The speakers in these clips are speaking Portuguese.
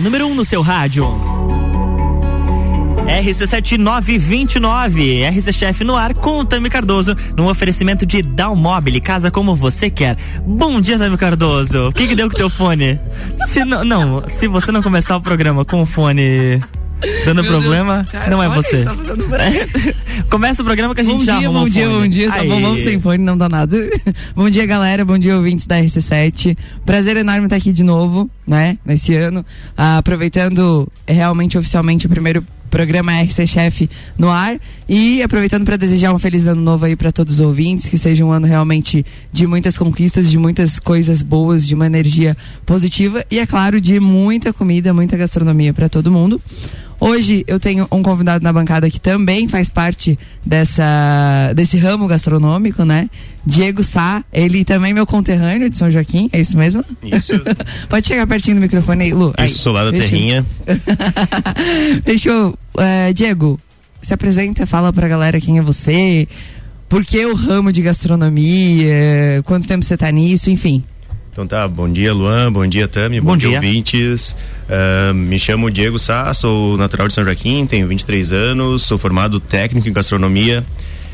número 1 no seu rádio. RC7929, RC Chef no ar com o Tami Cardoso, num oferecimento de Dalmobile, casa como você quer. Bom dia, Tami Cardoso. O que deu com o teu fone? Se você não começar o programa com o fone dando problema, cara, não é você. Tá começa o programa que a gente já arruma o fone. Bom dia, tá bom, vamos sem fone, não dá nada. Bom dia, galera, bom dia, ouvintes da RC7. Prazer enorme estar aqui de novo, né, nesse ano, aproveitando realmente, oficialmente, o primeiro programa RC Chef no ar e aproveitando para desejar um feliz ano novo aí para todos os ouvintes, que seja um ano realmente de muitas conquistas, de muitas coisas boas, de uma energia positiva e, é claro, de muita comida, muita gastronomia para todo mundo. Hoje eu tenho um convidado na bancada que também faz parte desse ramo gastronômico, né? Diego Sá, ele também é meu conterrâneo de São Joaquim, é isso mesmo? Isso. Pode chegar pertinho do microfone aí, Lu. Isso, sou lá da terrinha. Fechou. Diego, se apresenta, fala pra galera quem é você, por que o ramo de gastronomia, quanto tempo você tá nisso, enfim. Então tá, bom dia, Luan, bom dia, Tami, bom dia, ouvintes. Me chamo Diego Sá, sou natural de São Joaquim, tenho 23 anos, sou formado técnico em gastronomia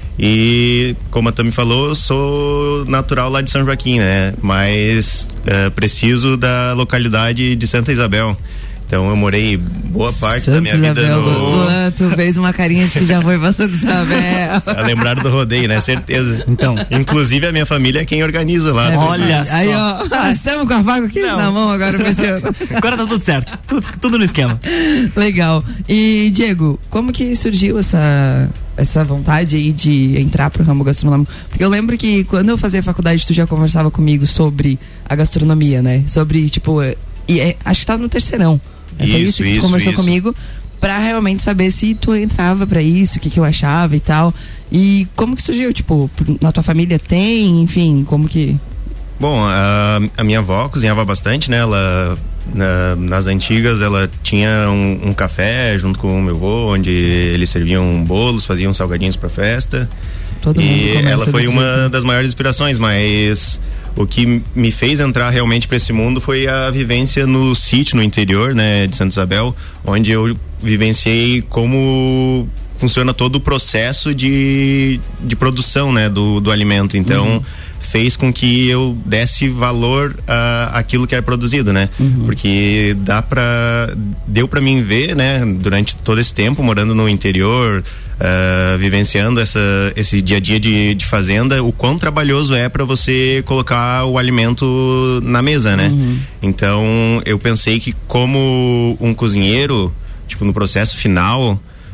e, como a Tami falou, sou natural lá de São Joaquim, né? Mas preciso da localidade de Santa Isabel. Então eu morei boa parte Santa da minha Isabel, vida no... Luan, tu fez uma carinha de que já foi pra Santa Isabel. Lembraram do rodeio, né? Certeza. Então. Inclusive a minha família é quem organiza lá. Olha só. Aí, ó, estamos com a vaga aqui na mão agora pra esse ano. Agora tá tudo certo, tudo no esquema. Legal. E, Diego, como que surgiu essa vontade aí de entrar pro ramo gastronômico? Porque eu lembro que quando eu fazia faculdade, tu já conversava comigo sobre a gastronomia, né? Sobre, tipo, acho que tava no terceirão. Foi isso que tu conversou comigo pra realmente saber se tu entrava pra isso, o que eu achava e tal. E como que surgiu? Tipo, na tua família tem, enfim, como que... Bom, a minha avó cozinhava bastante, né? Ela, nas antigas, ela tinha um café junto com o meu avô, onde eles serviam bolos, faziam salgadinhos pra festa. Todo mundo começa ela foi uma jeito. das maiores inspirações, mas o que me fez entrar realmente para esse mundo foi a vivência no sítio, no interior, né, de Santa Isabel, onde eu vivenciei como funciona todo o processo de produção, né, do alimento. Então, fez com que eu desse valor àquilo que é produzido, né? Porque deu pra mim ver, né, durante todo esse tempo, morando no interior, vivenciando esse dia a dia de fazenda, o quão trabalhoso é para você colocar o alimento na mesa, né? Então, eu pensei que como um cozinheiro, tipo, no processo final,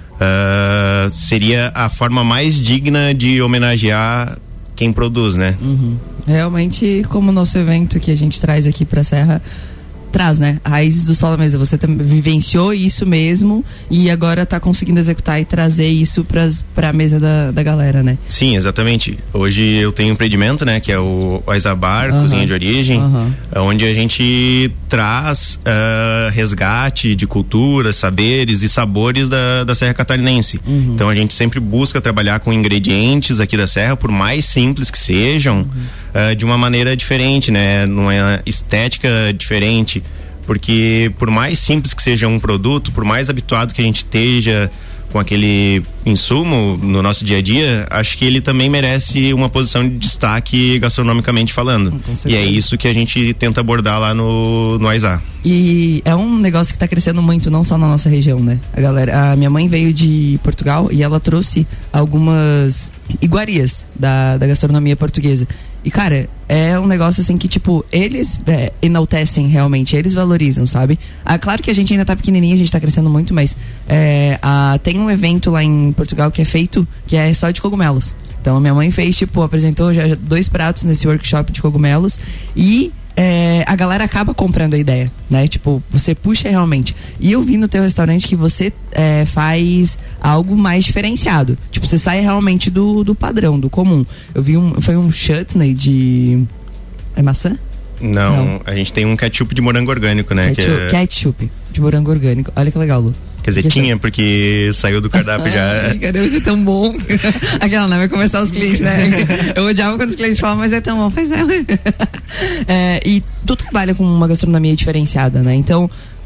seria a forma mais digna de homenagear quem produz, né? Realmente, como o nosso evento que a gente traz aqui pra Serra traz, né? Raízes do Sol da Mesa. Você vivenciou isso mesmo e agora tá conseguindo executar e trazer isso pra mesa da galera, né? Sim, exatamente. Hoje eu tenho um empreendimento, né? Que é o Aizabar, Cozinha de Origem, onde a gente traz resgate de culturas, saberes e sabores da Serra Catarinense. Então a gente sempre busca trabalhar com ingredientes aqui da Serra, por mais simples que sejam, de uma maneira diferente, né? Numa estética diferente. Porque por mais simples que seja um produto, por mais habituado que a gente esteja com aquele insumo no nosso dia a dia, acho que ele também merece uma posição de destaque gastronomicamente falando. E é isso que a gente tenta abordar lá no Aizá. E é um negócio que tá crescendo muito, não só na nossa região, né? A minha mãe veio de Portugal e ela trouxe algumas iguarias da gastronomia portuguesa. E, cara, é um negócio assim que, tipo, eles enaltecem realmente, eles valorizam, sabe? Claro que a gente ainda tá pequenininho, a gente tá crescendo muito, mas tem um evento lá em Portugal que é feito, que é só de cogumelos. Então, a minha mãe fez, tipo, apresentou já 2 pratos nesse workshop de cogumelos e a galera acaba comprando a ideia, né? Tipo, você puxa realmente. E eu vi no teu restaurante que você faz algo mais diferenciado. Tipo, você sai realmente do padrão, do comum. Eu vi foi um chutney de... É maçã? Não, a gente tem um ketchup de morango orgânico, né? Ketchup de morango orgânico. Olha que legal, Lu. Quer dizer, tinha, porque saiu do cardápio já. Caramba, isso é tão bom. Aquela, não vai começar os clientes, né? Eu odiava quando os clientes falavam, mas é tão bom. E tu trabalha com uma gastronomia diferenciada, né? Então,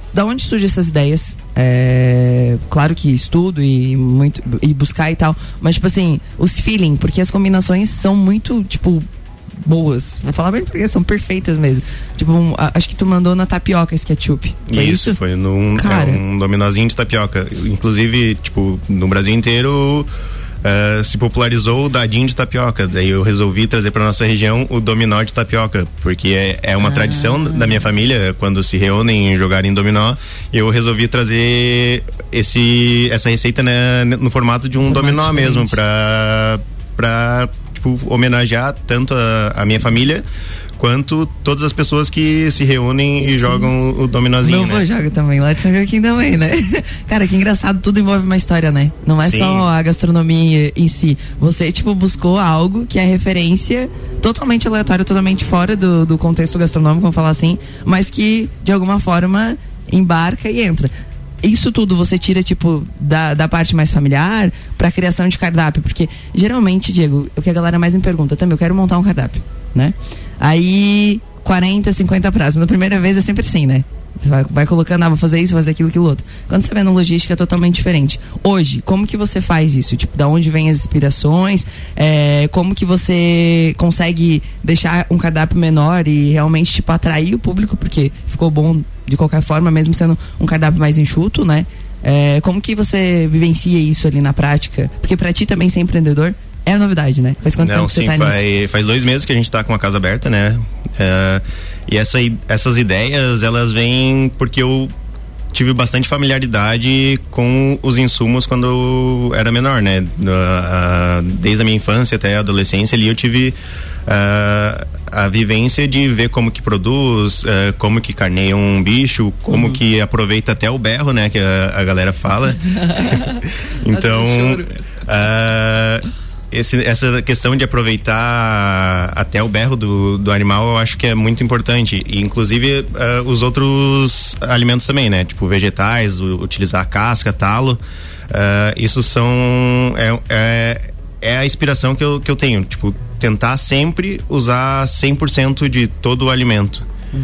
da onde surgem essas ideias? Claro que estudo e buscar e tal, mas tipo assim, os feeling, porque as combinações são muito, tipo, boas. Vou falar bem porque são perfeitas mesmo. Tipo, acho que tu mandou na tapioca esse ketchup. Foi isso? Foi num um dominózinho de tapioca. Inclusive, tipo, no Brasil inteiro se popularizou o dadinho de tapioca. Daí eu resolvi trazer pra nossa região o dominó de tapioca, porque é uma tradição da minha família, quando se reúnem jogarem dominó, eu resolvi trazer essa receita, né, no formato de um dominó mesmo, pra tipo, homenagear tanto a minha família quanto todas as pessoas que se reúnem e jogam o dominózinho, Meu avô joga também, lá de São Joaquim também, né? Cara, que engraçado, tudo envolve uma história, né? Não é só a gastronomia em si. Você, tipo, buscou algo que é referência totalmente aleatório, totalmente fora do contexto gastronômico, vamos falar assim, mas que, de alguma forma, embarca e entra. Isso tudo você tira, tipo, da parte mais familiar pra criação de cardápio, porque geralmente, Diego, o que a galera mais me pergunta também, eu quero montar um cardápio, né? Aí 40, 50 prazos, na primeira vez é sempre assim, né? Você vai colocando, vou fazer isso, fazer aquilo, outro. Quando você vê na logística é totalmente diferente. Hoje, como que você faz isso? Tipo, da onde vem as inspirações? Como que você consegue deixar um cardápio menor e realmente, tipo, atrair o público? Porque ficou bom de qualquer forma, mesmo sendo um cardápio mais enxuto, né? Como que você vivencia isso ali na prática? Porque pra ti também ser empreendedor é novidade, né? Faz quanto tempo que você tá nisso? Faz 2 meses que a gente tá com a casa aberta, né? E essas ideias, elas vêm porque eu tive bastante familiaridade com os insumos quando eu era menor, né? Desde a minha infância até a adolescência ali eu tive a vivência de ver como que produz, como que carneia um bicho, como que aproveita até o berro, né? Que a galera fala. Então, essa questão de aproveitar até o berro do animal, eu acho que é muito importante. E, inclusive, os outros alimentos também, né? Tipo, vegetais, utilizar casca, talo. Isso é a inspiração que eu tenho. Tipo, tentar sempre usar 100% de todo o alimento.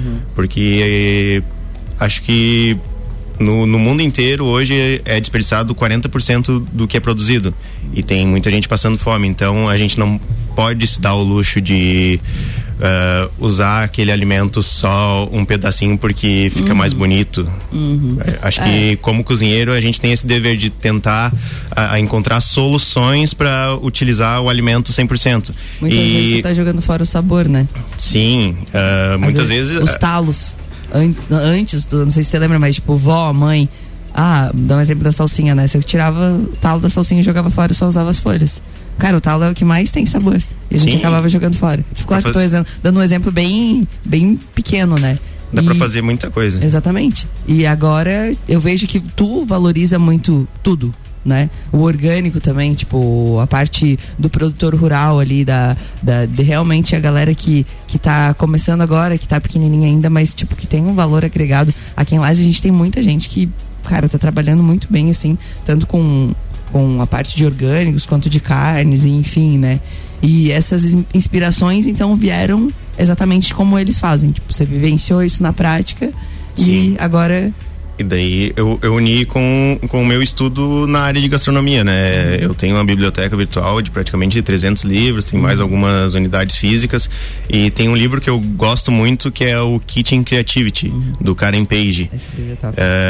Porque acho que no mundo inteiro hoje é desperdiçado 40% do que é produzido e tem muita gente passando fome, então a gente não pode se dar o luxo de usar aquele alimento só um pedacinho porque fica mais bonito. Acho que como cozinheiro a gente tem esse dever de tentar encontrar soluções para utilizar o alimento 100%. Muitas vezes você tá jogando fora o sabor, né? Sim, muitas vezes os talos antes, não sei se você lembra, mas tipo, vó, mãe, dá um exemplo da salsinha, né? Você tirava o talo da salsinha e jogava fora e só usava as folhas. Cara, o talo é o que mais tem sabor. E a gente acabava jogando fora. Tipo, claro que eu tô dando um exemplo bem, bem pequeno, né? Dá pra fazer muita coisa. Exatamente. E agora eu vejo que tu valoriza muito tudo, né? O orgânico também, tipo, a parte do produtor rural ali, de realmente a galera que tá começando agora, que tá pequenininha ainda, mas tipo, que tem um valor agregado. Aqui em Lages a gente tem muita gente que, cara, tá trabalhando muito bem, assim, tanto com a parte de orgânicos quanto de carnes, e enfim, né? E essas inspirações, então, vieram exatamente como eles fazem. Tipo, você vivenciou isso na prática. Sim. E agora... E daí eu uni com o meu estudo na área de gastronomia, né? Eu tenho uma biblioteca virtual de praticamente 300 livros, tem mais algumas unidades físicas e tem um livro que eu gosto muito que é o Kitchen Creativity, do Karen Page. Esse livro é top.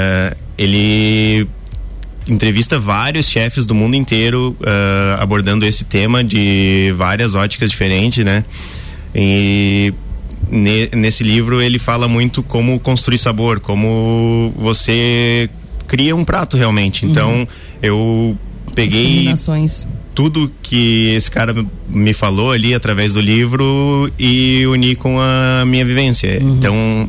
Ele entrevista vários chefes do mundo inteiro abordando esse tema de várias óticas diferentes, né? E nesse livro ele fala muito como construir sabor, como você cria um prato realmente. Então eu peguei tudo que esse cara me falou ali através do livro e uni com a minha vivência. Então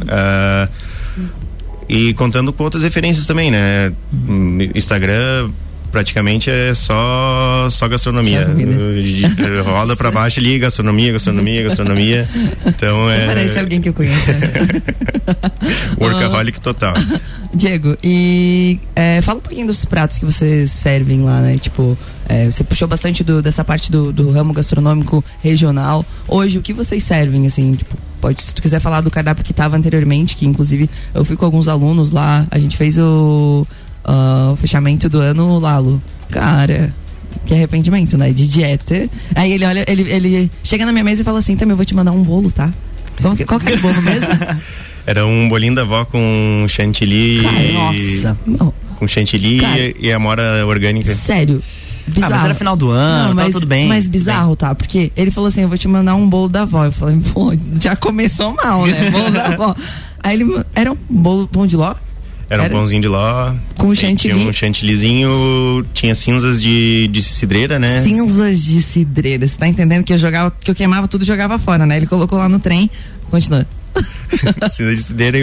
e contando com outras referências também, né? Instagram praticamente é só gastronomia. Roda pra baixo ali, gastronomia. Então parece alguém que eu conheço. Workaholic total. Diego, e fala um pouquinho dos pratos que vocês servem lá, né? Tipo, você puxou bastante dessa parte do ramo gastronômico regional. Hoje, o que vocês servem, assim, tipo, se tu quiser falar do cardápio que tava anteriormente, que inclusive eu fui com alguns alunos lá, a gente fez o fechamento do ano Lalo. Cara, que arrependimento, né? De dieta. Aí ele olha, ele chega na minha mesa e fala assim: também eu vou te mandar um bolo, tá? Qual que é o bolo mesmo? Era um bolinho da avó com chantilly. Nossa. Com chantilly e amora orgânica. Sério. Bizarro. Mas era final do ano, tá tudo bem. Mas bizarro, tá? Porque ele falou assim: eu vou te mandar um bolo da avó. Eu falei: pô, já começou mal, né? Bolo da avó. Aí ele, era um bolo pão de ló? Era um pãozinho de ló. Com chantilly. Tinha um chantillyzinho, tinha cinzas de cidreira, né? Cinzas de cidreira. Você tá entendendo que eu queimava tudo e jogava fora, né? Ele colocou lá no trem. Continua. Cinza de cidreira e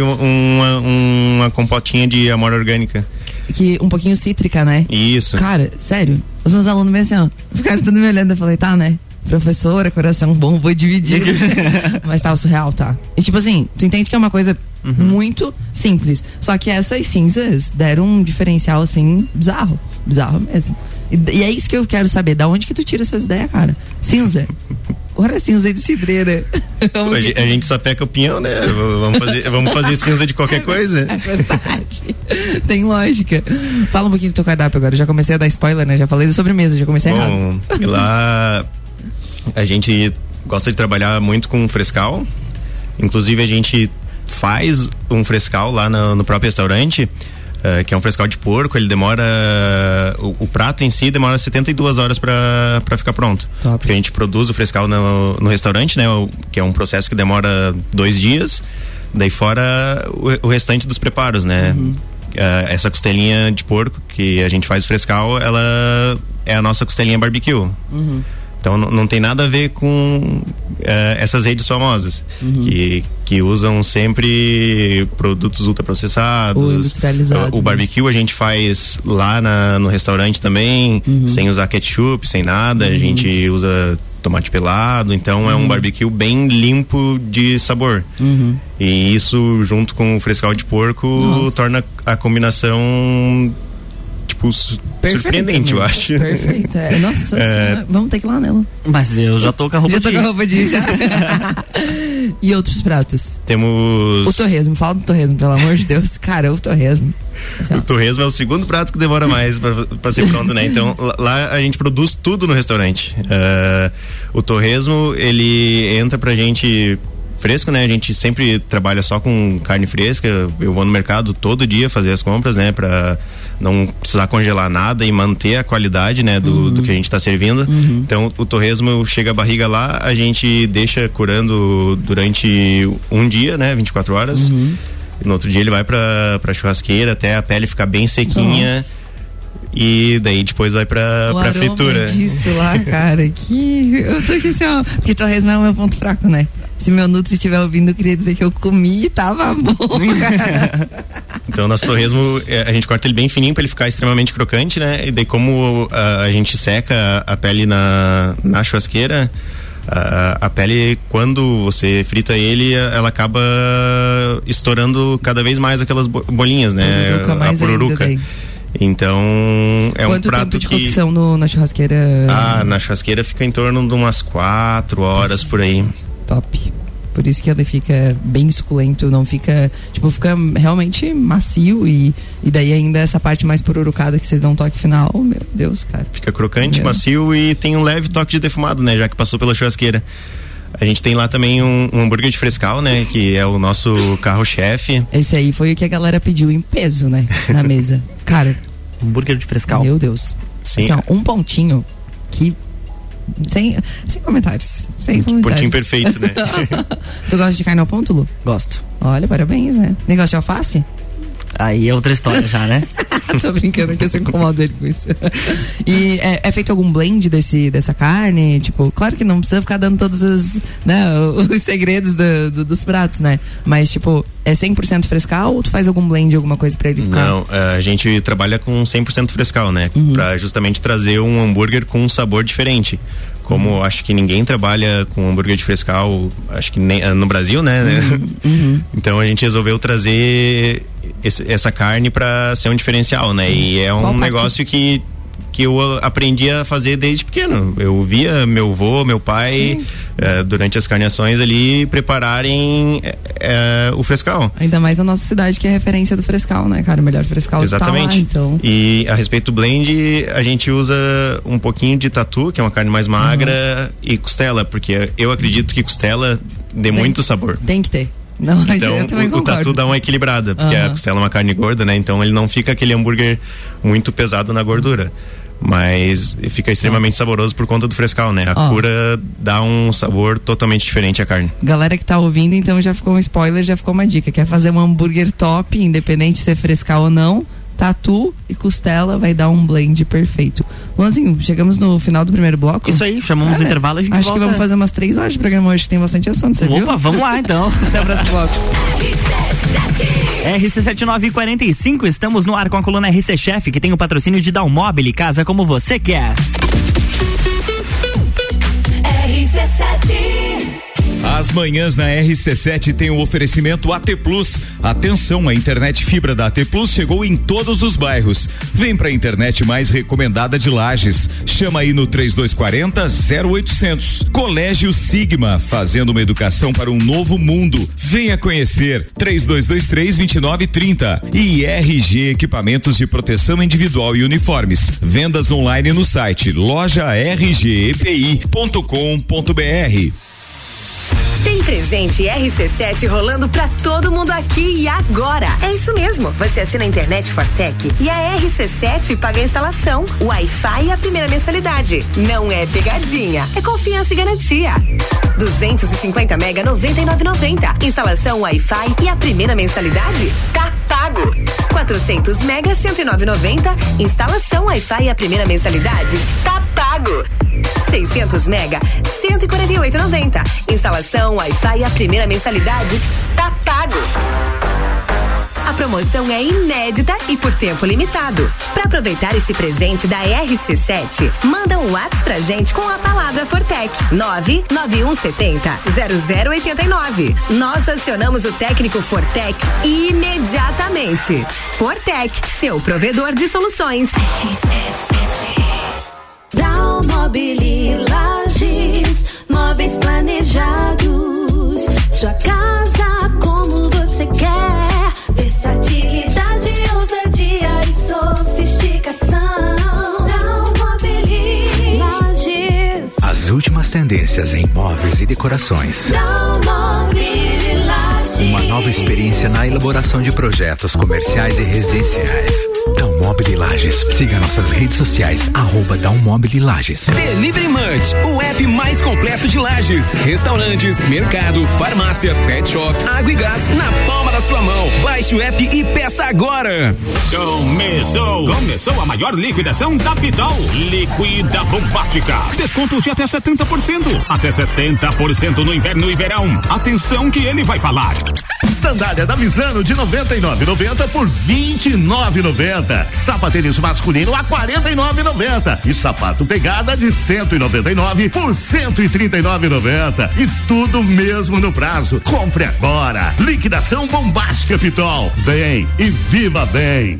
uma compotinha de amora orgânica. Um pouquinho cítrica, né? Isso. Cara, sério, os meus alunos bem assim, ó, ficaram tudo me olhando. Eu falei: tá, né? Professora, coração bom, vou dividir. Mas tava surreal, tá? E tipo assim, tu entende que é uma coisa muito simples. Só que essas cinzas deram um diferencial, assim, bizarro. Bizarro mesmo. E é isso que eu quero saber. Da onde que tu tira essas ideias, cara? Cinza. Ora, cinza de cidreira. A gente sapeca o pinhão, né? Vamos fazer cinza de qualquer coisa. É verdade. Tem lógica. Fala um pouquinho do teu cardápio agora. Eu já comecei a dar spoiler, né? Já falei da sobremesa, já comecei errado. Bom, lá a gente gosta de trabalhar muito com frescal. Inclusive a gente faz um frescal lá no próprio restaurante, que é um frescal de porco. Ele demora, o prato em si demora 72 horas para ficar pronto. Top. Porque a gente produz o frescal no restaurante, né? Que é um processo que demora 2 dias. Daí fora o restante dos preparos, né? Essa costelinha de porco que a gente faz o frescal, ela é a nossa costelinha barbecue. Então não tem nada a ver com essas redes famosas que usam sempre produtos ultraprocessados. Ou industrializados. O barbecue a gente faz lá no restaurante também, sem usar ketchup, sem nada. A gente usa tomate pelado, então é um barbecue bem limpo de sabor. E isso, junto com o frescal de porco, torna a combinação surpreendente, eu acho. Perfeito. Nossa senhora, vamos ter que ir lá nela. Mas eu já tô com a roupa de ir. Já tô com a roupa de ir. E outros pratos? Temos... O torresmo, fala do torresmo, pelo amor de Deus. Cara, o torresmo. O torresmo é o segundo prato que demora mais pra ser pronto, né? Então, lá a gente produz tudo no restaurante. O torresmo, ele entra pra gente fresco, né? A gente sempre trabalha só com carne fresca. Eu vou no mercado todo dia fazer as compras, né? Pra não precisar congelar nada e manter a qualidade, né? Do que a gente tá servindo. Então, o torresmo chega a barriga lá, a gente deixa curando durante um dia, né? 24 horas. E no outro dia ele vai pra churrasqueira até a pele ficar bem sequinha. E daí depois vai pra fritura. Disso lá, cara, eu tô aqui assim, ó, porque torresmo é o meu ponto fraco, né? Se meu Nutri estiver ouvindo, eu queria dizer que eu comi e tava bom, cara. Então, nosso torresmo, a gente corta ele bem fininho pra ele ficar extremamente crocante, né? E daí, como a gente seca a pele na churrasqueira, a pele, quando você frita ele, ela acaba estourando cada vez mais aquelas bolinhas, né? A pururuca. Então, é um prato que... Quanto tempo de cocção na churrasqueira? Na churrasqueira fica em torno de umas 4 horas por aí. Top. Por isso que ele fica bem suculento, não fica, fica realmente macio e daí ainda essa parte mais pururucada que vocês dão um toque final, meu Deus, cara. Fica crocante, macio e tem um leve toque de defumado, né, já que passou pela churrasqueira. A gente tem lá também um hambúrguer de frescal, né, que é o nosso carro-chefe. Esse aí foi o que a galera pediu em peso, né, na mesa. Cara, hambúrguer de frescal. Meu Deus. Sim. Assim, um pontinho que sem comentários. Pontinho perfeito, né? Tu gosta de carne ao ponto, Lu? Gosto. Olha, parabéns, né? Negócio de alface? Aí é outra história já, né? Tô brincando que eu sou incomodo ele com isso. E é feito algum blend dessa carne? Claro que não precisa ficar dando todos os segredos dos pratos, né? Mas, é 100% frescal ou tu faz algum blend, alguma coisa pra ele ficar? Não, a gente trabalha com 100% frescal, né? Pra justamente trazer um hambúrguer com um sabor diferente. Como acho que ninguém trabalha com hambúrguer de frescal, acho que nem no Brasil, né? Então a gente resolveu trazer essa carne pra ser um diferencial, né? E é um negócio que que eu aprendi a fazer desde pequeno. Eu via meu avô, meu pai, durante as carneações ali, prepararem o frescal. Ainda mais na nossa cidade, que é referência do frescal, né, cara? O melhor frescal. Exatamente. Tá lá, então. E a respeito do blend, a gente usa um pouquinho de tatu, que é uma carne mais magra, e costela, porque eu acredito que costela dê muito sabor. Tem que ter. Não, então o tatu dá uma equilibrada, porque a costela é uma carne gorda, né? Então ele não fica aquele hambúrguer muito pesado na gordura, mas fica extremamente saboroso por conta do frescal, né? A cura dá um sabor totalmente diferente à carne. Galera que tá ouvindo, então já ficou um spoiler, já ficou uma dica. Quer fazer um hambúrguer top, independente se é frescal ou não, tatu e costela vai dar um blend perfeito. Luanzinho, chegamos no final do primeiro bloco. Isso aí, chamamos o intervalo, a gente acho volta. Que vamos fazer umas 3 horas de programa hoje, que tem bastante assunto, você viu? Opa, vamos lá então. Até o próximo bloco. RC7945, estamos no ar com a coluna RC Chef, que tem o patrocínio de Dalmobile, casa como você quer. RC7. As manhãs na RC7 tem o oferecimento AT Plus. Atenção, a internet fibra da AT Plus chegou em todos os bairros. Vem pra internet mais recomendada de Lages. Chama aí no 3240-0800. Colégio Sigma, fazendo uma educação para um novo mundo. Venha conhecer. 3223-2930. E RG Equipamentos de Proteção Individual e Uniformes. Vendas online no site lojargepi.com.br. Tem presente RC7 rolando pra todo mundo aqui e agora. É isso mesmo. Você assina a internet Fortec e a RC7 paga a instalação, o Wi-Fi e a primeira mensalidade. Não é pegadinha, é confiança e garantia. 250 mega 99,90. Instalação Wi-Fi e a primeira mensalidade tá pago. 400 mega 109,90. Instalação Wi-Fi e a primeira mensalidade tá pago. 600 mega 148,90. Instalação Wi-Fi e a primeira mensalidade tá pago. A promoção é inédita e por tempo limitado. Para aproveitar esse presente da RC7, manda um WhatsApp pra gente com a palavra Fortec 991700089. Nós acionamos o técnico Fortec imediatamente. Fortec, seu provedor de soluções. Dalmobile Lages, móveis planejados, sua casa como você quer, versatilidade, ousadia e sofisticação. Dalmobile Lages. As últimas tendências em móveis e decorações. Dalmobile Lages. Uma nova experiência na elaboração de projetos comerciais e residenciais. Dalmobile Lages. Siga nossas redes sociais, @Dalmobile Lages. Delivery Munch, o app mais completo de Lages. Restaurantes, mercado, farmácia, pet shop, água e gás na palma da sua mão. Baixe o app e peça agora. Começou a maior liquidação da Pitol. Liquida Bombástica. Descontos de até 70%. Até 70% no inverno e verão. Atenção que ele vai falar. Sandália da Misano de 99,90 por 29,90. Sapatênis masculino a 49,90 e sapato pegada de 199 por 139,90 e tudo mesmo no prazo. Compre agora. Liquidação Bombástica Pitol. Vem e viva bem.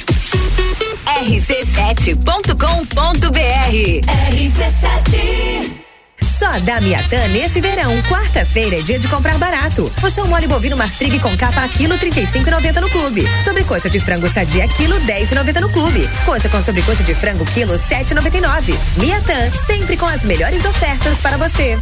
RC7.com.br. RC7. Só da Miatã nesse verão. Quarta-feira é dia de comprar barato. Colchão mole bovino Marfrig com capa a quilo 35,90 no clube. Sobrecoxa de frango sadia quilo 10,90 no clube. Coxa com sobrecoxa de frango quilo 7,99. Miatã, sempre com as melhores ofertas para você.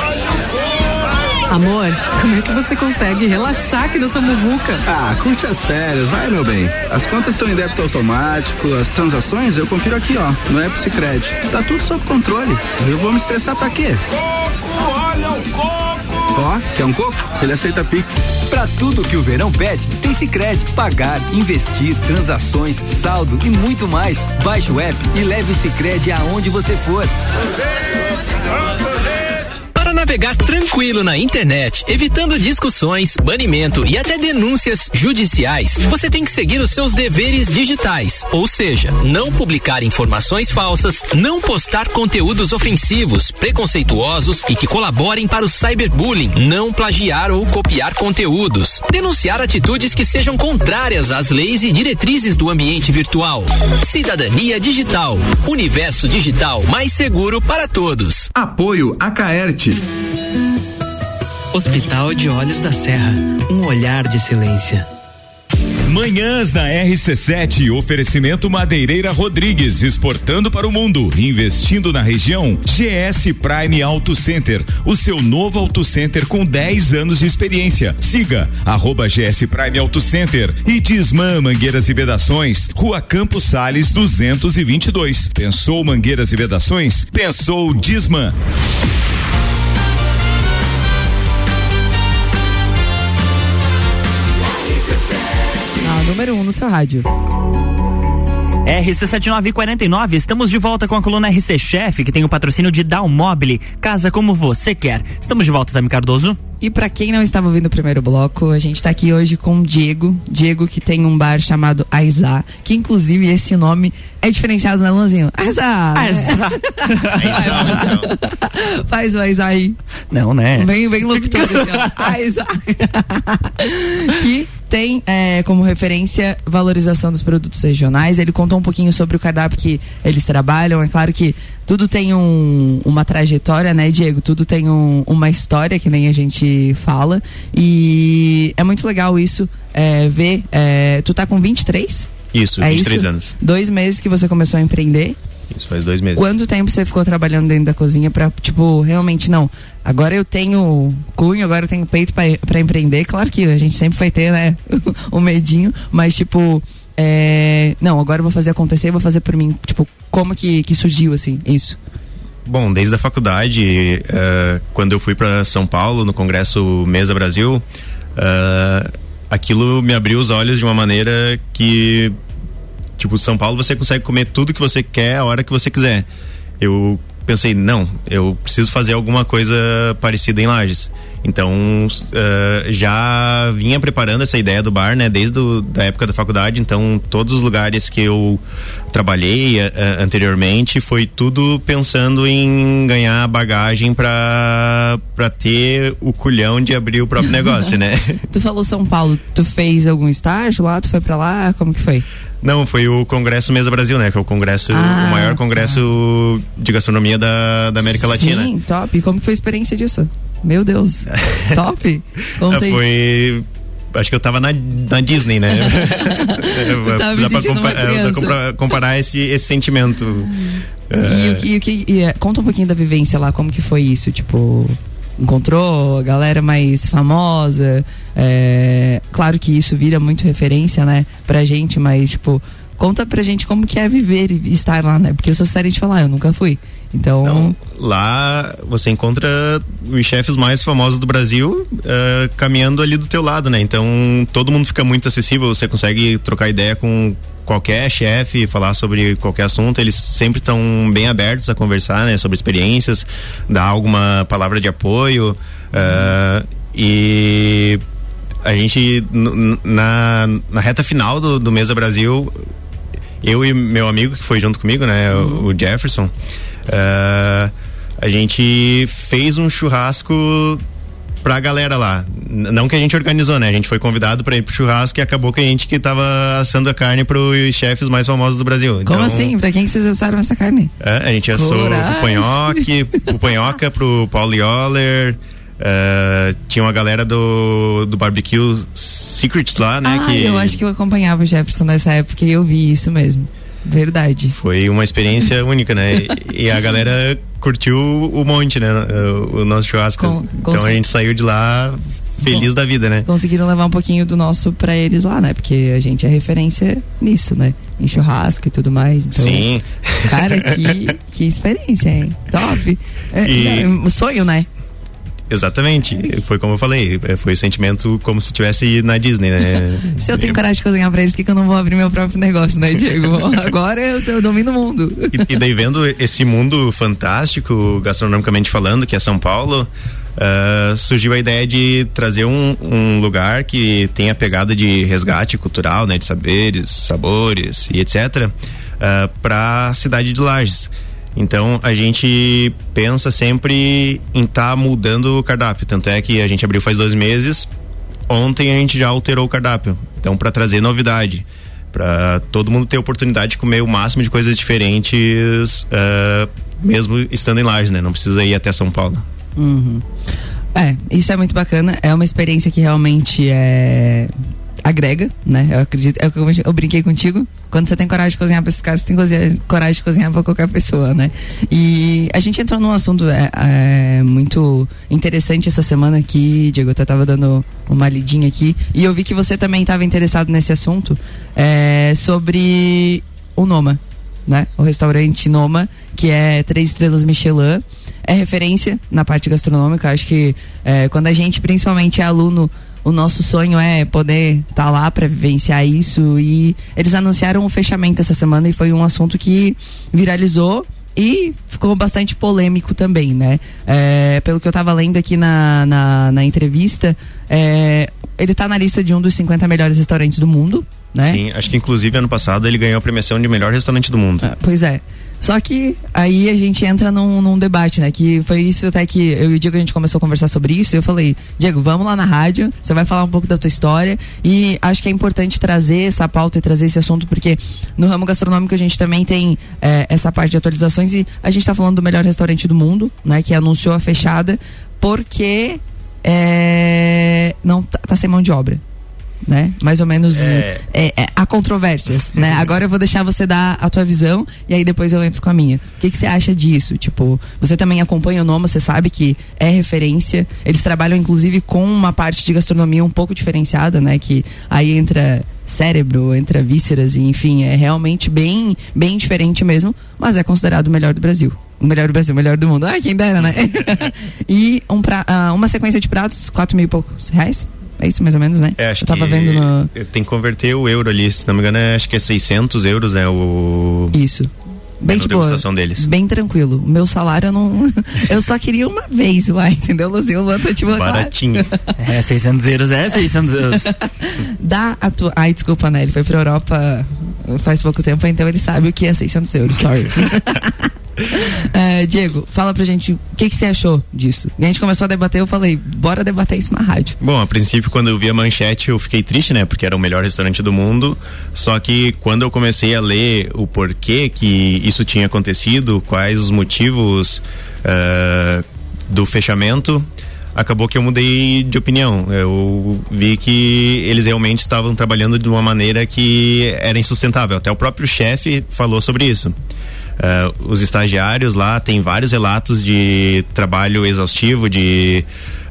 Amor, como é que você consegue relaxar aqui nessa muvuca? Ah, curte as férias, vai, meu bem. As contas estão em débito automático, as transações eu confiro aqui, ó, no app Sicredi. Tá tudo sob controle. Eu vou me estressar pra quê? Coco, olha o coco! Ó, quer um coco? Ele aceita Pix. Pra tudo que o verão pede, tem Sicredi. Pagar, investir, transações, saldo e muito mais. Baixe o app e leve o Sicredi aonde você for. navegar tranquilo na internet, evitando discussões, banimento e até denúncias judiciais, você tem que seguir os seus deveres digitais, ou seja, não publicar informações falsas, não postar conteúdos ofensivos, preconceituosos e que colaborem para o cyberbullying, não plagiar ou copiar conteúdos, denunciar atitudes que sejam contrárias às leis e diretrizes do ambiente virtual. Cidadania digital, universo digital mais seguro para todos. Apoio a Caerte. Hospital de Olhos da Serra, um olhar de silêncio. Manhãs da RC7, oferecimento Madeireira Rodrigues, exportando para o mundo, investindo na região. GS Prime Auto Center, o seu novo Auto Center com 10 anos de experiência. Siga @GS Prime Auto Center. E Disman Mangueiras e Vedações, Rua Campos Sales 222. Pensou mangueiras e vedações? Pensou Disman. Número 1 no seu rádio. RC7949, estamos de volta com a coluna RC Chef, que tem o patrocínio de Dalmobile, casa como você quer. Estamos de volta, Tami Cardoso. E pra quem não estava ouvindo o primeiro bloco, a gente tá aqui hoje com o Diego que tem um bar chamado Aizá, que inclusive esse nome é diferenciado, né, Luanzinho? Aizá! Faz o Aizá aí. Não, né? Vem locutor assim, ó. Aizá! Que tem como referência valorização dos produtos regionais. Ele contou um pouquinho sobre o cardápio que eles trabalham. É claro que tudo tem uma trajetória, né, Diego? Tudo tem uma história, que nem a gente fala. E é muito legal isso, ver. Tu tá com 23? Isso, 23 anos. 2 meses que você começou a empreender. Isso, faz 2 meses. Quanto tempo você ficou trabalhando dentro da cozinha pra, tipo, realmente, não, agora eu tenho cunho, agora eu tenho peito pra empreender? Claro que a gente sempre vai ter, né, o medinho, mas, tipo, não, agora eu vou fazer acontecer, vou fazer por mim. Tipo, como que surgiu, assim, isso? Bom, desde a faculdade, quando eu fui para São Paulo, no Congresso Mesa Brasil, aquilo me abriu os olhos de uma maneira que, tipo, São Paulo você consegue comer tudo que você quer a hora que você quiser. Eu pensei, não, eu preciso fazer alguma coisa parecida em Lages. Então, já vinha preparando essa ideia do bar, né, desde da época da faculdade. Então, todos os lugares que eu trabalhei anteriormente, foi tudo pensando em ganhar bagagem pra ter o culhão de abrir o próprio negócio, né? Tu falou São Paulo, tu fez algum estágio lá, tu foi pra lá, como que foi? Não, foi o Congresso Mesa Brasil, né? Que é o congresso, o maior congresso de gastronomia da América Latina. Sim, top. Como que foi a experiência disso? Meu Deus, top. Foi, acho que eu tava na Disney, né? Dá pra comparar esse sentimento. Conta um pouquinho da vivência lá, como que foi isso? Tipo, encontrou a galera mais famosa? Claro que isso vira muito referência, né, pra gente, mas, tipo, conta pra gente como que é viver e estar lá, né? Porque eu sou sério de falar, eu nunca fui. Então, lá você encontra os chefes mais famosos do Brasil caminhando ali do teu lado, né? Então todo mundo fica muito acessível, você consegue trocar ideia com qualquer chefe, falar sobre qualquer assunto, eles sempre estão bem abertos a conversar, né? Sobre experiências, dar alguma palavra de apoio, e a gente na reta final do Mesa Brasil, eu e meu amigo que foi junto comigo, né? O Jefferson, a gente fez um churrasco pra galera lá. Não que a gente organizou, né? A gente foi convidado pra ir pro churrasco e acabou que a gente que tava assando a carne pros chefes mais famosos do Brasil. Como então, assim? Pra quem que vocês assaram essa carne? A gente assou o Panhoca pro Paulo Yoller. Tinha uma galera do Barbecue Secrets lá, né? Eu acho que eu acompanhava o Jefferson nessa época e eu vi isso mesmo. Verdade. Foi uma experiência única, né? E a galera curtiu o monte, né? O nosso churrasco. Então a gente saiu de lá feliz da vida, né? Conseguiram levar um pouquinho do nosso pra eles lá, né? Porque a gente é referência nisso, né? Em churrasco e tudo mais. Então, sim. Cara, que experiência, hein? Top. Sonho, né? Exatamente, foi como eu falei, foi o sentimento como se estivesse na Disney, né? Se eu tenho coragem de cozinhar pra eles, por que eu não vou abrir meu próprio negócio, né, Diego? Agora eu domino o mundo. E daí vendo esse mundo fantástico, gastronomicamente falando, que é São Paulo, surgiu a ideia de trazer um lugar que tem a pegada de resgate cultural, né? De saberes, sabores e etc. Para a cidade de Lages. Então a gente pensa sempre em estar mudando o cardápio, tanto é que a gente abriu faz 2 meses, ontem a gente já alterou o cardápio, então para trazer novidade, para todo mundo ter oportunidade de comer o máximo de coisas diferentes, mesmo estando em Lages, né? Não precisa ir até São Paulo. Uhum. Isso é muito bacana, é uma experiência que realmente agrega, né? Eu acredito, eu brinquei contigo, quando você tem coragem de cozinhar pra esses caras, você tem coragem de cozinhar pra qualquer pessoa, né? E a gente entrou num assunto muito interessante essa semana aqui, Diego, eu até tava dando uma lidinha aqui, e eu vi que você também estava interessado nesse assunto, sobre o Noma, né? O restaurante Noma, que é 3 estrelas Michelin, é referência na parte gastronômica. Acho que quando a gente principalmente é aluno, o nosso sonho é poder estar lá para vivenciar isso, e eles anunciaram o fechamento essa semana e foi um assunto que viralizou e ficou bastante polêmico também, né? Pelo que eu tava lendo aqui na entrevista, ele tá na lista de um dos 50 melhores restaurantes do mundo, né? Sim, acho que inclusive ano passado ele ganhou a premiação de melhor restaurante do mundo. Pois é. Só que aí a gente entra num debate, né? Que foi isso até que eu e o Diego, a gente começou a conversar sobre isso, e eu falei, Diego, vamos lá na rádio, você vai falar um pouco da tua história, e acho que é importante trazer essa pauta e trazer esse assunto, porque no ramo gastronômico a gente também tem essa parte de atualizações, e a gente tá falando do melhor restaurante do mundo, né? Que anunciou a fechada, porque não tá sem mão de obra, né? Mais ou menos há controvérsias, né? Agora eu vou deixar você dar a tua visão e aí depois eu entro com a minha. O que você acha disso? Tipo, você também acompanha o Noma, você sabe que é referência, eles trabalham inclusive com uma parte de gastronomia um pouco diferenciada, né? Que aí entra cérebro, entra vísceras, e enfim, é realmente bem, bem diferente mesmo, mas é considerado o melhor do Brasil. O melhor do Brasil, o melhor do mundo. Ai, quem dera, né? E uma sequência de pratos, 4 mil e poucos reais. É isso mais ou menos, né? Acho eu tava vendo tem que converter o euro ali, se não me engano, acho que é 600 euros, né? Isso. Bem de boa, deles. Bem tranquilo. O meu salário eu não... eu só queria uma vez lá, entendeu, Luzinho? Eu tô tipo... Baratinho. 600 euros, 600 euros. Ai, desculpa, né? Ele foi pra Europa faz pouco tempo, então ele sabe o que é 600 euros, sorry. Diego, fala pra gente o que você achou disso. A gente começou a debater, eu falei, bora debater isso na rádio. Bom, a princípio, quando eu vi a manchete, eu fiquei triste, né? Porque era o melhor restaurante do mundo. Só que quando eu comecei a ler o porquê que isso tinha acontecido, quais os motivos do fechamento, acabou que eu mudei de opinião. Eu vi que eles realmente estavam trabalhando de uma maneira que era insustentável. Até o próprio chefe falou sobre isso. Os estagiários lá têm vários relatos de trabalho exaustivo, de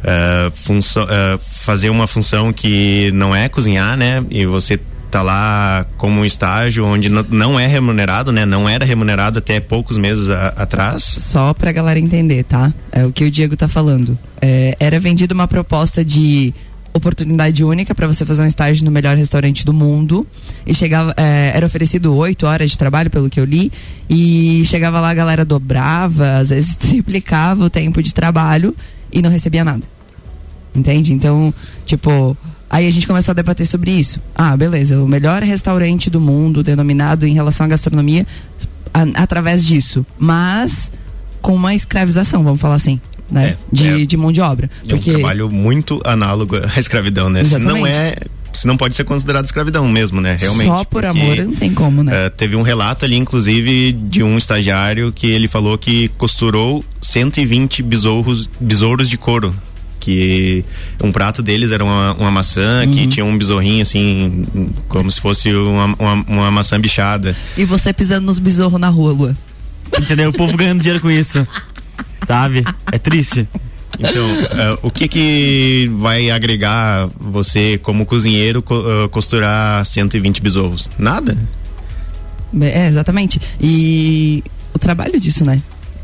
fazer uma função que não é cozinhar, né? E você tá lá como um estágio onde não é remunerado, né? Não era remunerado até poucos meses atrás. Só pra galera entender, tá? É o que o Diego tá falando. Era vendido uma proposta de oportunidade única para você fazer um estágio no melhor restaurante do mundo, e chegava, era oferecido 8 horas de trabalho, pelo que eu li, e chegava lá, a galera dobrava, às vezes triplicava o tempo de trabalho e não recebia nada, entende? Então, tipo, aí a gente começou a debater sobre isso. Beleza, o melhor restaurante do mundo, denominado em relação à gastronomia, através disso, mas com uma escravização, vamos falar assim, né? De mão de obra. Porque é um trabalho muito análogo à escravidão, né? Se não pode ser considerado escravidão mesmo, né? Realmente. Só por amor não tem como, né? Teve um relato ali, inclusive, de um estagiário que ele falou que costurou 120 besouros de couro. Que um prato deles era uma maçã, que tinha um besourrinho assim, como se fosse uma maçã bichada. E você pisando nos besouros na rua, Lua. Entendeu? O povo ganhando dinheiro com isso. Sabe? É triste. Então, o que vai agregar você como cozinheiro costurar 120 besouros? Nada? Exatamente. E o trabalho disso, né?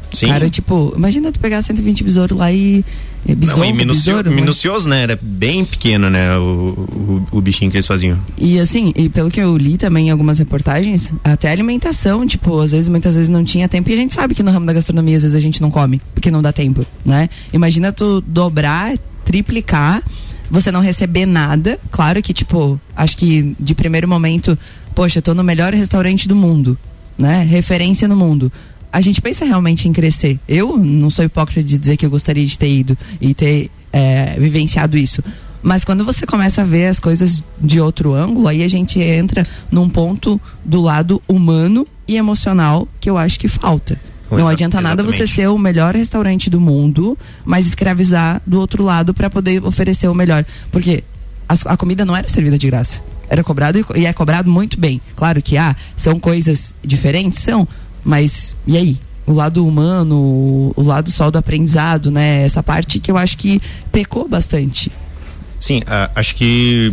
Sim. Cara, tipo, imagina tu pegar 120 besouro lá e minucioso, né? Era bem pequeno, né? O bichinho que eles faziam. E assim, e pelo que eu li também em algumas reportagens, até a alimentação, tipo, muitas vezes não tinha tempo, e a gente sabe que no ramo da gastronomia às vezes a gente não come, porque não dá tempo, né? Imagina tu dobrar, triplicar, você não receber nada. Claro que, tipo, acho que de primeiro momento, poxa, eu tô no melhor restaurante do mundo, né? Referência no mundo. A gente pensa realmente em crescer. Eu não sou hipócrita de dizer que eu gostaria de ter ido e ter vivenciado isso. Mas quando você começa a ver as coisas de outro ângulo, aí a gente entra num ponto do lado humano e emocional que eu acho que falta. Não adianta nada você ser o melhor restaurante do mundo, mas escravizar do outro lado para poder oferecer o melhor. Porque a comida não era servida de graça. Era cobrado e é cobrado muito bem. Claro que são coisas diferentes, mas e aí? O lado humano, o lado só do aprendizado, né? Essa parte que eu acho que pecou bastante. Sim, acho que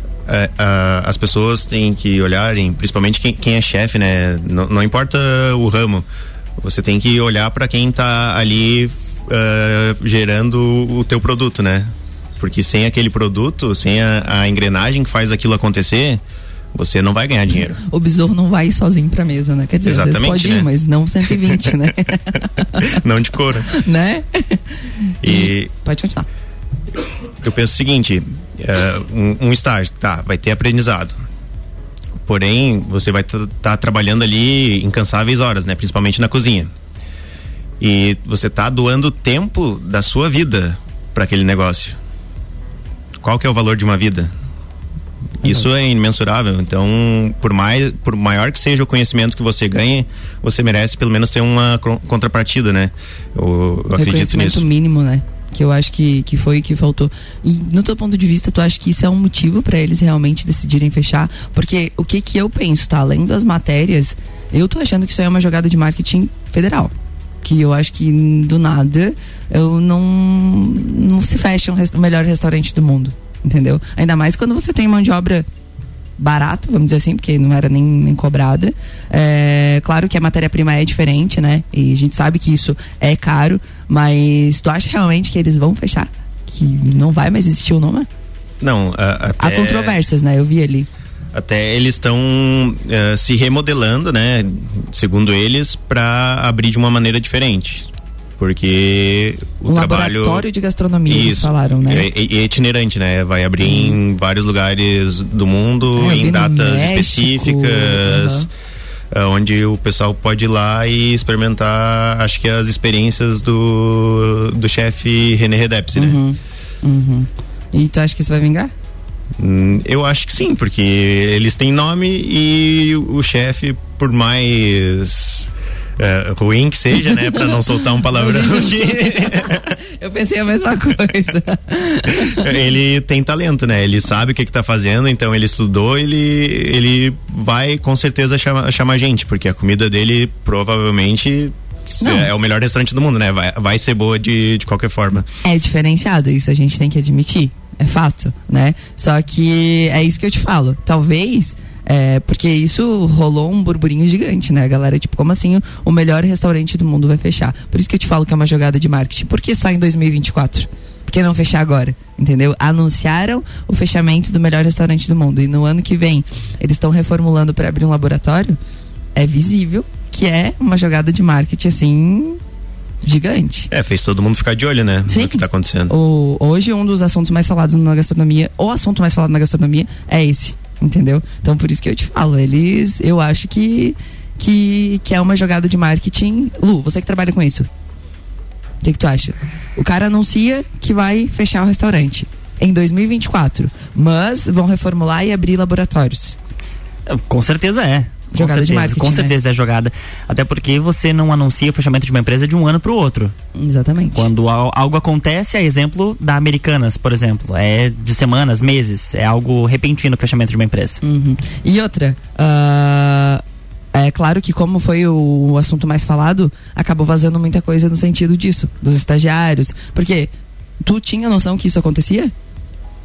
as pessoas têm que olharem, principalmente quem é chefe, né? Não importa o ramo, você tem que olhar para quem tá ali gerando o teu produto, né? Porque sem aquele produto, sem a engrenagem que faz aquilo acontecer, você não vai ganhar dinheiro. O besouro não vai sozinho pra mesa, né? Quer dizer, exatamente, às vezes pode ir, né? Mas não 120, né? Não de couro. Né? E pode continuar. Eu penso o seguinte, um estágio, vai ter aprendizado. Porém, você vai estar trabalhando ali incansáveis horas, né? Principalmente na cozinha. E você tá doando tempo da sua vida para aquele negócio. Qual que é o valor de uma vida? Isso é imensurável. Então, por maior que seja o conhecimento que você ganhe, você merece pelo menos ter uma contrapartida, né? Eu acredito nisso. Mínimo, né? Que eu acho que foi o que faltou. E no teu ponto de vista, tu acha que isso é um motivo para eles realmente decidirem fechar? Porque o que eu penso, além das matérias, eu tô achando que isso é uma jogada de marketing federal. Que eu acho que do nada eu não se fecha o melhor restaurante do mundo, entendeu? Ainda mais quando você tem mão de obra barata, vamos dizer assim, porque não era nem cobrada. Claro que a matéria-prima é diferente, né? E a gente sabe que isso é caro, mas tu acha realmente que eles vão fechar? Que não vai mais existir o nome? Não, há controvérsias, né? Eu vi ali. Até eles estão se remodelando, né? Segundo eles, para abrir de uma maneira diferente. Porque o trabalho... laboratório de gastronomia, eles falaram, né? É itinerante, né? Vai abrir em vários lugares do mundo, em datas específicas, onde o pessoal pode ir lá e experimentar, acho que as experiências do chefe René Redzepi, né? E tu acha que isso vai vingar? Eu acho que sim, porque eles têm nome e o chefe, por mais ruim que seja, né, pra não soltar um palavrão aqui. Eu pensei a mesma coisa. Ele tem talento, né? Ele sabe o que tá fazendo, então ele estudou, ele vai com certeza chamar a gente, porque a comida dele provavelmente é o melhor restaurante do mundo, né? Vai ser boa de qualquer forma. É diferenciado, isso a gente tem que admitir. É fato, né? Só que é isso que eu te falo. Talvez, porque isso rolou um burburinho gigante, né? A galera, tipo, como assim o melhor restaurante do mundo vai fechar? Por isso que eu te falo que é uma jogada de marketing. Por que só em 2024? Por que não fechar agora? Entendeu? Anunciaram o fechamento do melhor restaurante do mundo. E no ano que vem, eles estão reformulando para abrir um laboratório. É visível que é uma jogada de marketing, assim... gigante. Fez todo mundo ficar de olho, né? Sim. No que tá acontecendo. Hoje um dos assuntos mais falados na gastronomia, o assunto mais falado na gastronomia é esse, entendeu? Então por isso que eu te falo, eu acho que é uma jogada de marketing. Lu, você que trabalha com isso, o que tu acha? O cara anuncia que vai fechar o restaurante em 2024, mas vão reformular e abrir laboratórios. Com certeza é. Jogada de marketing, com certeza, né? É jogada. Até porque você não anuncia o fechamento de uma empresa de um ano para o outro. Exatamente. Quando algo acontece, é exemplo da Americanas, por exemplo. É de semanas, meses. É algo repentino o fechamento de uma empresa. E outra, é claro que como foi o assunto mais falado, acabou vazando muita coisa no sentido disso, dos estagiários. Porque tu tinha noção que isso acontecia?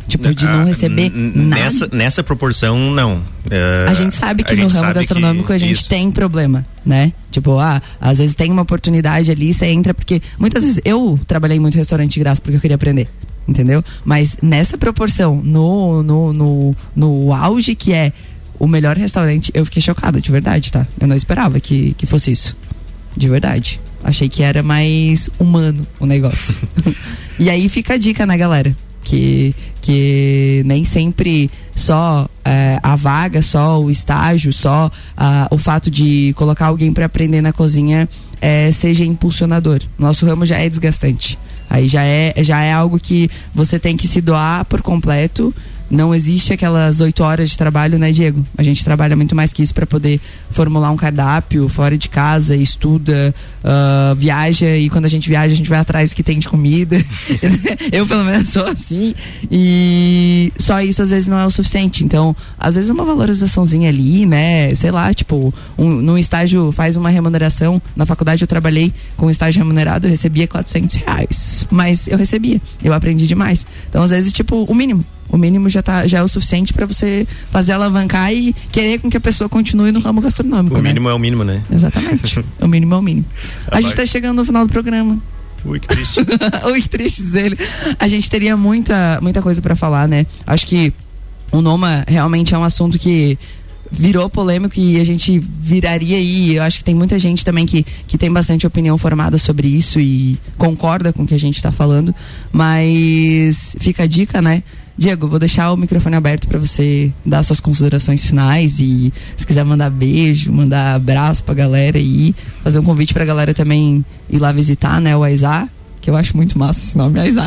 Tipo, de não receber nada. Nessa proporção, não. A gente sabe que no ramo gastronômico a gente tem problema, né? Tipo, às vezes tem uma oportunidade ali, você entra, porque muitas vezes eu trabalhei muito em restaurante de graça porque eu queria aprender, entendeu? Mas nessa proporção, no auge que é o melhor restaurante, eu fiquei chocada, de verdade, tá? Eu não esperava que fosse isso, de verdade. Achei que era mais humano o negócio. E aí fica a dica, né, galera? Que nem sempre só a vaga, só o estágio, só o fato de colocar alguém para aprender na cozinha seja impulsionador. Nosso ramo já é desgastante. Aí já é algo que você tem que se doar por completo. Não existe aquelas 8 horas de trabalho, né, Diego? A gente trabalha muito mais que isso para poder formular um cardápio fora de casa, estuda, viaja, e quando a gente viaja a gente vai atrás do que tem de comida. Eu pelo menos sou assim, e só isso às vezes não é o suficiente. Então, às vezes uma valorizaçãozinha ali, né, sei lá, tipo, num estágio faz uma remuneração. Na faculdade eu trabalhei com um estágio remunerado, eu recebia R$400, mas eu aprendi demais. Então, às vezes, tipo, o mínimo já é o suficiente para você fazer alavancar e querer com que a pessoa continue no ramo gastronômico. O mínimo é o mínimo, né? Exatamente. O mínimo é o mínimo. A gente tá chegando no final do programa. Ui, que triste. Ui, que triste dele. A gente teria muita coisa para falar, né? Acho que o Noma realmente é um assunto que virou polêmico e a gente viraria aí. Eu acho que tem muita gente também que tem bastante opinião formada sobre isso e concorda com o que a gente tá falando, mas fica a dica, né? Diego, vou deixar o microfone aberto para você dar suas considerações finais e se quiser mandar beijo, mandar abraço pra galera e fazer um convite pra galera também ir lá visitar, né, o Aizá, que eu acho muito massa esse nome, Aizá.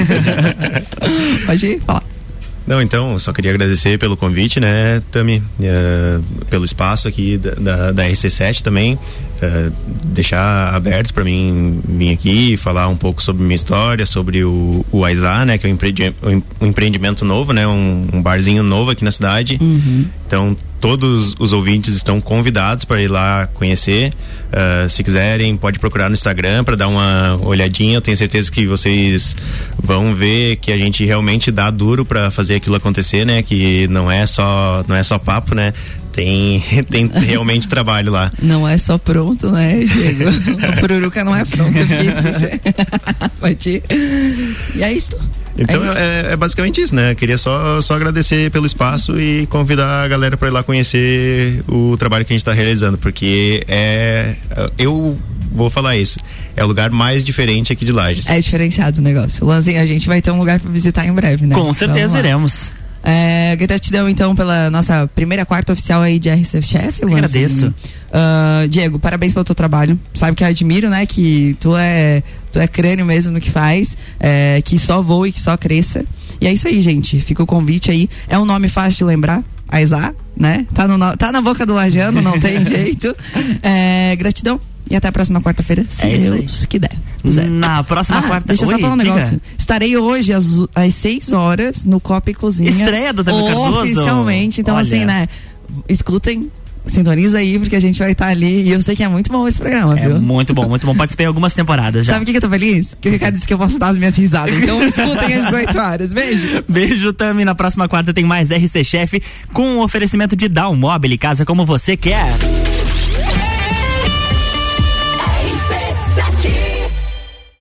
Pode falar. Não, então, só queria agradecer pelo convite, né, Tami, pelo espaço aqui da RC7 também, deixar abertos para mim vir aqui e falar um pouco sobre minha história, sobre o Aizá, né, que é um empreendimento novo, né, um barzinho novo aqui na cidade. Uhum. Então, todos os ouvintes estão convidados para ir lá conhecer. Se quiserem, pode procurar no Instagram para dar uma olhadinha. Eu tenho certeza que vocês vão ver que a gente realmente dá duro para fazer aquilo acontecer, né? Que não é só papo, né? Tem realmente trabalho lá. Não é só pronto, né, Diego? O Pururuca não é pronto. Pode ir. E é isso. Então é basicamente isso, né? Queria só agradecer pelo espaço e convidar a galera para ir lá conhecer o trabalho que a gente está realizando, porque eu vou falar isso, é o lugar mais diferente aqui de Lages. É diferenciado o negócio. Lanzinho, a gente vai ter um lugar para visitar em breve, né? Com certeza iremos. Gratidão então pela nossa primeira quarta oficial aí de RC Chef. Agradeço. Diego, parabéns pelo teu trabalho. Sabe que eu admiro, né? Que tu é crânio mesmo no que faz, que só voe, que só cresça. E é isso aí, gente. Fica o convite aí. É um nome fácil de lembrar, Aizá, né? Tá na boca do lajano, não tem jeito. Gratidão. E até a próxima quarta-feira, se Deus que der. Na próxima quarta-feira. Deixa eu só falar um negócio. Estarei hoje às 6 horas no Copa e Cozinha. Estreia do Tami Cardoso. Oficialmente. Então, assim, né? Escutem, sintoniza aí, porque a gente vai estar ali. E eu sei que é muito bom esse programa, viu? Muito bom, muito bom. Participei algumas temporadas já. Sabe o que eu tô feliz? Que o Ricardo disse que eu posso dar as minhas risadas. Então, escutem às 18 horas. Beijo. Beijo, Tami. Na próxima quarta tem mais RC Chef com um oferecimento de Dalmobile, casa como você quer.